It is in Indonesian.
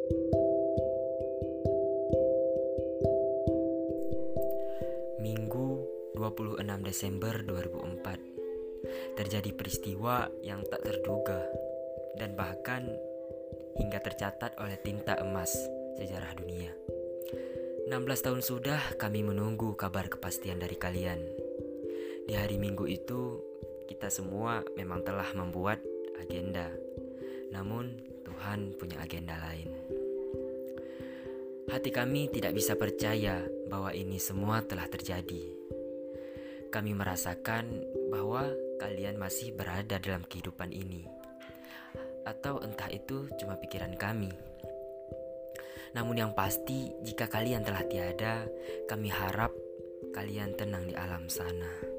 Minggu 26 Desember 2004, terjadi peristiwa yang tak terduga dan bahkan hingga tercatat oleh tinta emas sejarah dunia. 16 tahun sudah kami menunggu kabar kepastian dari kalian. Di hari Minggu itu, kita semua memang telah membuat agenda. Namun Tuhan punya agenda lain. Hati kami tidak bisa percaya bahwa ini semua telah terjadi. Kami merasakan bahwa kalian masih berada dalam kehidupan ini. Atau entah itu cuma pikiran kami. Namun yang pasti, jika kalian telah tiada, kami harap kalian tenang di alam sana.